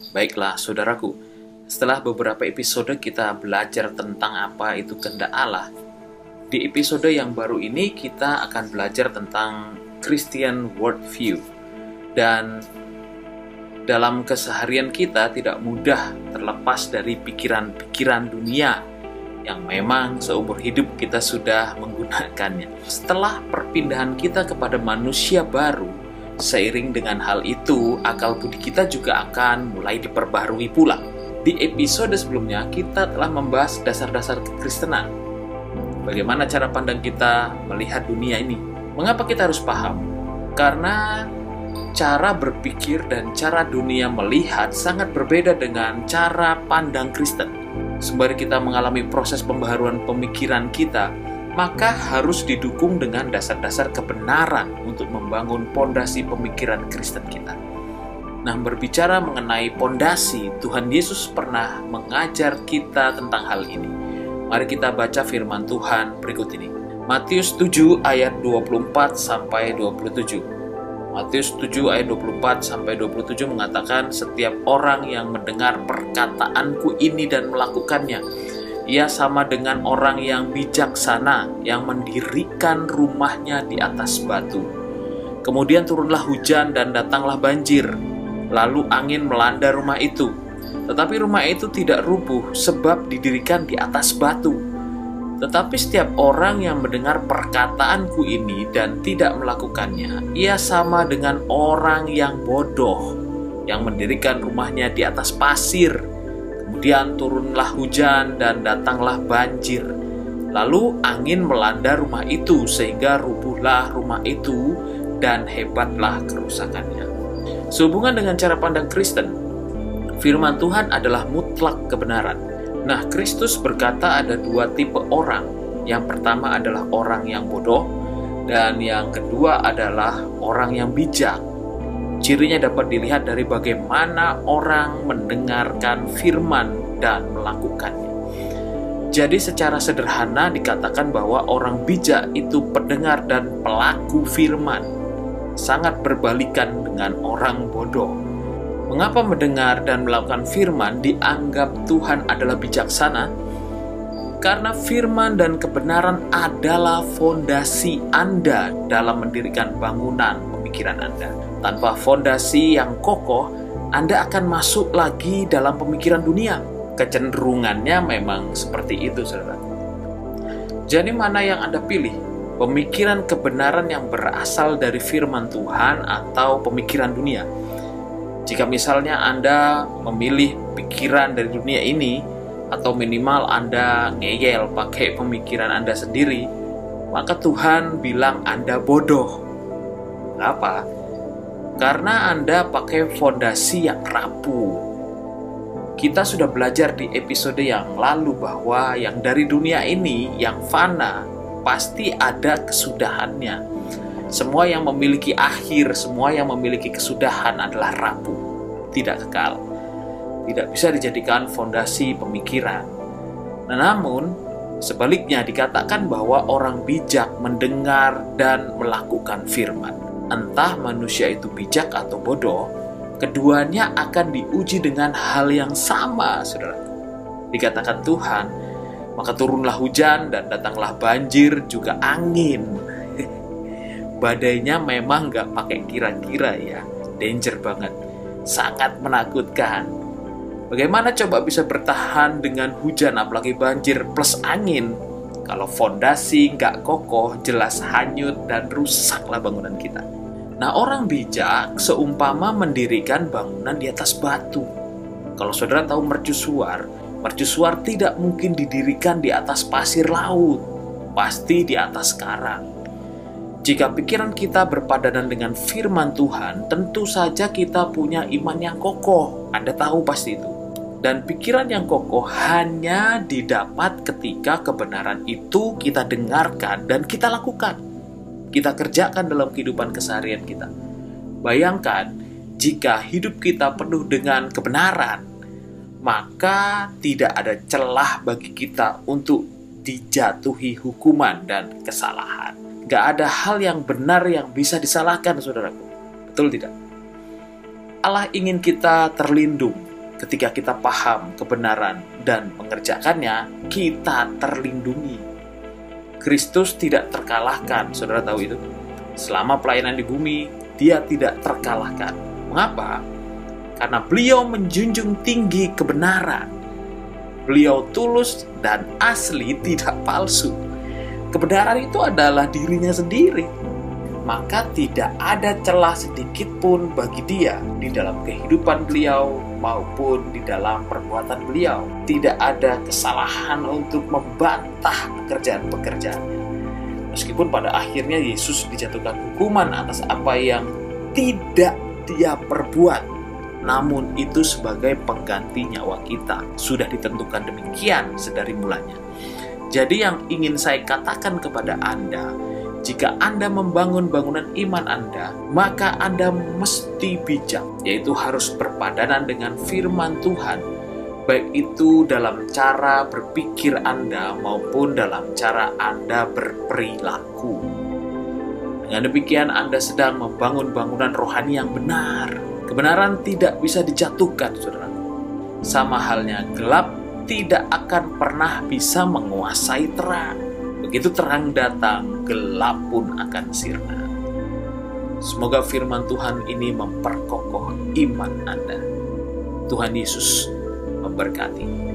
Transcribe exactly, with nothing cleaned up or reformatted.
Baiklah, saudaraku, setelah beberapa episode kita belajar tentang apa itu kehendak Allah, di episode yang baru ini kita akan belajar tentang Christian worldview. Dan dalam keseharian kita tidak mudah terlepas dari pikiran-pikiran dunia yang memang seumur hidup kita sudah menggunakannya. Setelah perpindahan kita kepada manusia baru, seiring dengan hal itu, akal budi kita juga akan mulai diperbaharui pula. Di episode sebelumnya, kita telah membahas dasar-dasar kekristenan. Bagaimana cara pandang kita melihat dunia ini? Mengapa kita harus paham? Karena cara berpikir dan cara dunia melihat sangat berbeda dengan cara pandang Kristen. Sembari kita mengalami proses pembaharuan pemikiran kita, maka harus didukung dengan dasar-dasar kebenaran untuk membangun pondasi pemikiran Kristen kita. Nah, berbicara mengenai pondasi, Tuhan Yesus pernah mengajar kita tentang hal ini. Mari kita baca firman Tuhan berikut ini. Matius tujuh ayat dua puluh empat sampai dua puluh tujuh. Matius tujuh ayat dua puluh empat sampai dua puluh tujuh mengatakan, "Setiap orang yang mendengar perkataanku ini dan melakukannya, ia sama dengan orang yang bijaksana yang mendirikan rumahnya di atas batu. Kemudian turunlah hujan dan datanglah banjir, lalu angin melanda rumah itu. Tetapi rumah itu tidak rubuh sebab didirikan di atas batu. Tetapi setiap orang yang mendengar perkataanku ini dan tidak melakukannya, ia sama dengan orang yang bodoh yang mendirikan rumahnya di atas pasir. Kemudian turunlah hujan dan datanglah banjir. Lalu angin melanda rumah itu sehingga rubuhlah rumah itu dan hebatlah kerusakannya." Sehubungan dengan cara pandang Kristen, firman Tuhan adalah mutlak kebenaran. Nah, Kristus berkata ada dua tipe orang. Yang pertama adalah orang yang bodoh, dan yang kedua adalah orang yang bijak. Cirinya dapat dilihat dari bagaimana orang mendengarkan firman dan melakukannya. Jadi secara sederhana dikatakan bahwa orang bijak itu pendengar dan pelaku firman, sangat berbalikan dengan orang bodoh. Mengapa mendengar dan melakukan firman dianggap Tuhan adalah bijaksana? Karena firman dan kebenaran adalah fondasi Anda dalam mendirikan bangunan pemikiran Anda. Tanpa fondasi yang kokoh, Anda akan masuk lagi dalam pemikiran dunia. Kecenderungannya memang seperti itu, saudara. Jadi mana yang Anda pilih? Pemikiran kebenaran yang berasal dari firman Tuhan atau pemikiran dunia? Jika misalnya Anda memilih pikiran dari dunia ini, atau minimal Anda ngeyel pakai pemikiran Anda sendiri, maka Tuhan bilang Anda bodoh. Kenapa? Karena Anda pakai fondasi yang rapuh. Kita sudah belajar di episode yang lalu bahwa yang dari dunia ini, yang fana, pasti ada kesudahannya. Semua yang memiliki akhir, semua yang memiliki kesudahan adalah rapuh, tidak kekal, tidak bisa dijadikan fondasi pemikiran. Nah, namun sebaliknya dikatakan bahwa orang bijak mendengar dan melakukan firman. Entah manusia itu bijak atau bodoh, keduanya akan diuji dengan hal yang sama, saudara. Dikatakan Tuhan, maka turunlah hujan dan datanglah banjir juga angin. Badainya memang nggak pakai kira-kira ya, danger banget, sangat menakutkan. Bagaimana coba bisa bertahan dengan hujan apalagi banjir plus angin? Kalau fondasi nggak kokoh, jelas hanyut dan rusaklah bangunan kita. Nah, orang bijak seumpama mendirikan bangunan di atas batu. Kalau saudara tahu mercusuar, mercusuar tidak mungkin didirikan di atas pasir laut, pasti di atas karang. Jika pikiran kita berpadanan dengan firman Tuhan, tentu saja kita punya iman yang kokoh. Anda tahu pasti itu. Dan pikiran yang kokoh hanya didapat ketika kebenaran itu kita dengarkan dan kita lakukan. Kita kerjakan dalam kehidupan keseharian kita. Bayangkan, jika hidup kita penuh dengan kebenaran, maka tidak ada celah bagi kita untuk dijatuhi hukuman dan kesalahan. Gak ada hal yang benar yang bisa disalahkan, saudaraku. Betul tidak? Allah ingin kita terlindung ketika kita paham kebenaran dan mengerjakannya, kita terlindungi. Kristus tidak terkalahkan, saudara tahu itu. Selama pelayanan di bumi, dia tidak terkalahkan. Mengapa? Karena beliau menjunjung tinggi kebenaran. Beliau tulus dan asli, tidak palsu. Kebenaran itu adalah dirinya sendiri. Maka tidak ada celah sedikit pun bagi dia di dalam kehidupan beliau maupun di dalam perbuatan beliau. Tidak ada kesalahan untuk membantah pekerjaan-pekerjaannya. Meskipun pada akhirnya Yesus dijatuhkan hukuman atas apa yang tidak dia perbuat, namun itu sebagai pengganti nyawa kita. Sudah ditentukan demikian sedari mulanya. Jadi yang ingin saya katakan kepada Anda, jika Anda membangun bangunan iman Anda, maka Anda mesti bijak, yaitu harus berpadanan dengan firman Tuhan, baik itu dalam cara berpikir Anda maupun dalam cara Anda berperilaku. Dengan demikian Anda sedang membangun bangunan rohani yang benar. Kebenaran tidak bisa dijatuhkan, saudara. Sama halnya gelap tidak akan pernah bisa menguasai terang. Begitu terang datang, gelap pun akan sirna. Semoga firman Tuhan ini memperkokoh iman Anda. Tuhan Yesus memberkati.